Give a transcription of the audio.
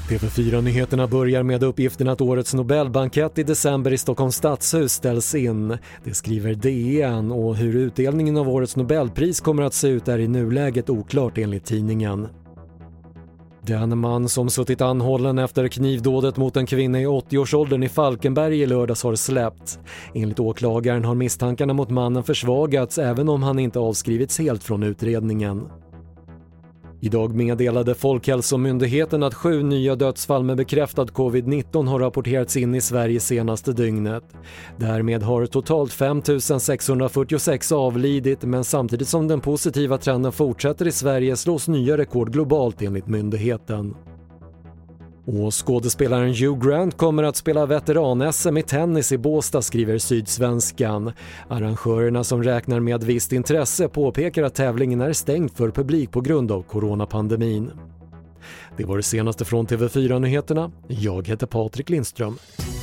TV4-nyheterna börjar med uppgiften att årets Nobelbankett i december i Stockholms stadshus ställs in. Det skriver DN, och hur utdelningen av årets Nobelpris kommer att se ut är i nuläget oklart enligt tidningen. Den man som suttit anhållen efter knivdådet mot en kvinna i 80-årsåldern i Falkenberg i lördags har släppt. Enligt åklagaren har misstankarna mot mannen försvagats även om han inte avskrivits helt från utredningen. Idag meddelade Folkhälsomyndigheten att 7 nya dödsfall med bekräftad covid-19 har rapporterats in i Sverige senaste dygnet. Därmed har totalt 5 646 avlidit, men samtidigt som den positiva trenden fortsätter i Sverige slås nya rekord globalt enligt myndigheten. Och skådespelaren Hugh Grant kommer att spela veteran-SM i tennis i Båstad, skriver Sydsvenskan. Arrangörerna som räknar med visst intresse påpekar att tävlingen är stängd för publik på grund av coronapandemin. Det var det senaste från TV4-nyheterna. Jag heter Patrik Lindström.